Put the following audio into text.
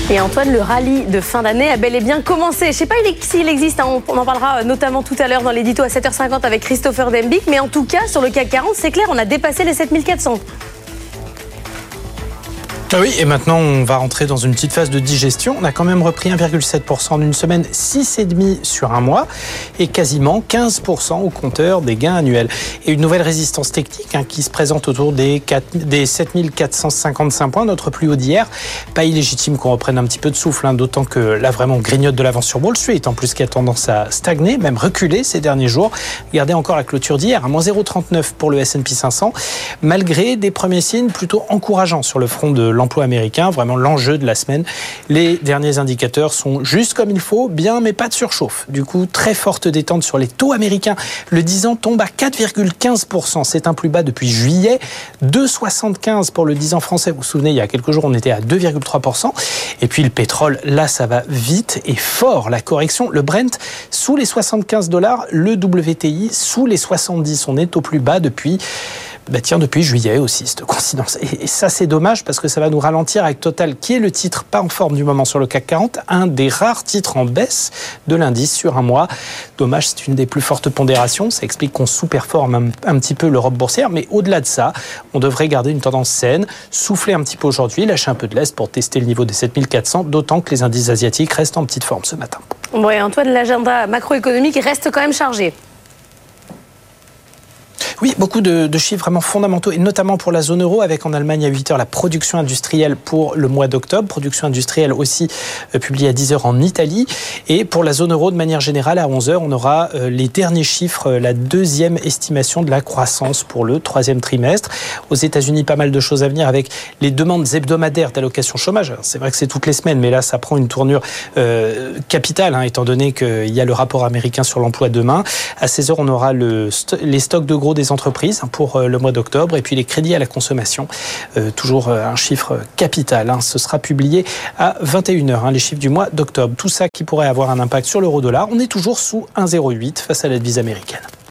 Et Antoine, le rallye de fin d'année a bel et bien commencé. Je ne sais pas s'il existe, hein, on en parlera notamment tout à l'heure dans l'édito à 7h50 avec Christopher Dembick. Mais en tout cas, sur le CAC 40, c'est clair, on a dépassé les 7400. Ah oui, et maintenant on va rentrer dans une petite phase de digestion. On a quand même repris 1,7% en une semaine, 6,5% sur un mois et quasiment 15% au compteur des gains annuels. Et une nouvelle résistance technique qui se présente autour des 7455 points, notre plus haut d'hier. Pas illégitime qu'on reprenne un petit peu de souffle, d'autant que là vraiment on grignote de l'avance sur Wall Street, en plus qui a tendance à stagner, même reculer ces derniers jours. Regardez encore la clôture d'hier, à moins 0,39 pour le S&P 500, malgré des premiers signes plutôt encourageants sur le front de l'emploi américain, vraiment l'enjeu de la semaine. Les derniers indicateurs sont juste comme il faut, bien mais pas de surchauffe. Du coup, très forte détente sur les taux américains. Le 10 ans tombe à 4,15%. C'est un plus bas depuis juillet. 2,75 pour le 10 ans français. Vous vous souvenez, il y a quelques jours, on était à 2,3%. Et puis le pétrole, là, ça va vite et fort. La correction, le Brent sous les $75, le WTI sous les 70. On est au plus bas depuis juillet aussi, cette coïncidence. Et ça, c'est dommage parce que ça va nous ralentir avec Total, qui est le titre pas en forme du moment sur le CAC 40, un des rares titres en baisse de l'indice sur un mois. Dommage, c'est une des plus fortes pondérations. Ça explique qu'on sous-performe un petit peu l'Europe boursière. Mais au-delà de ça, on devrait garder une tendance saine, souffler un petit peu aujourd'hui, lâcher un peu de lest pour tester le niveau des 7400, d'autant que les indices asiatiques restent en petite forme ce matin. Ouais, Antoine, l'agenda macroéconomique reste quand même chargé. Oui, beaucoup de chiffres vraiment fondamentaux, et notamment pour la zone euro, avec en Allemagne à 8h la production industrielle pour le mois d'octobre, production industrielle aussi publiée à 10h en Italie, et pour la zone euro de manière générale à 11h, on aura les derniers chiffres, la deuxième estimation de la croissance pour le troisième trimestre. Aux États-Unis, pas mal de choses à venir avec les demandes hebdomadaires d'allocation chômage. C'est vrai que c'est toutes les semaines, mais là ça prend une tournure capitale, étant donné qu'il y a le rapport américain sur l'emploi demain. À 16h, on aura les stocks de gros des entreprises pour le mois d'octobre, et puis les crédits à la consommation, toujours un chiffre capital. Ce sera publié à 21h, les chiffres du mois d'octobre. Tout ça qui pourrait avoir un impact sur l'euro-dollar. On est toujours sous 1,08 face à la devise américaine.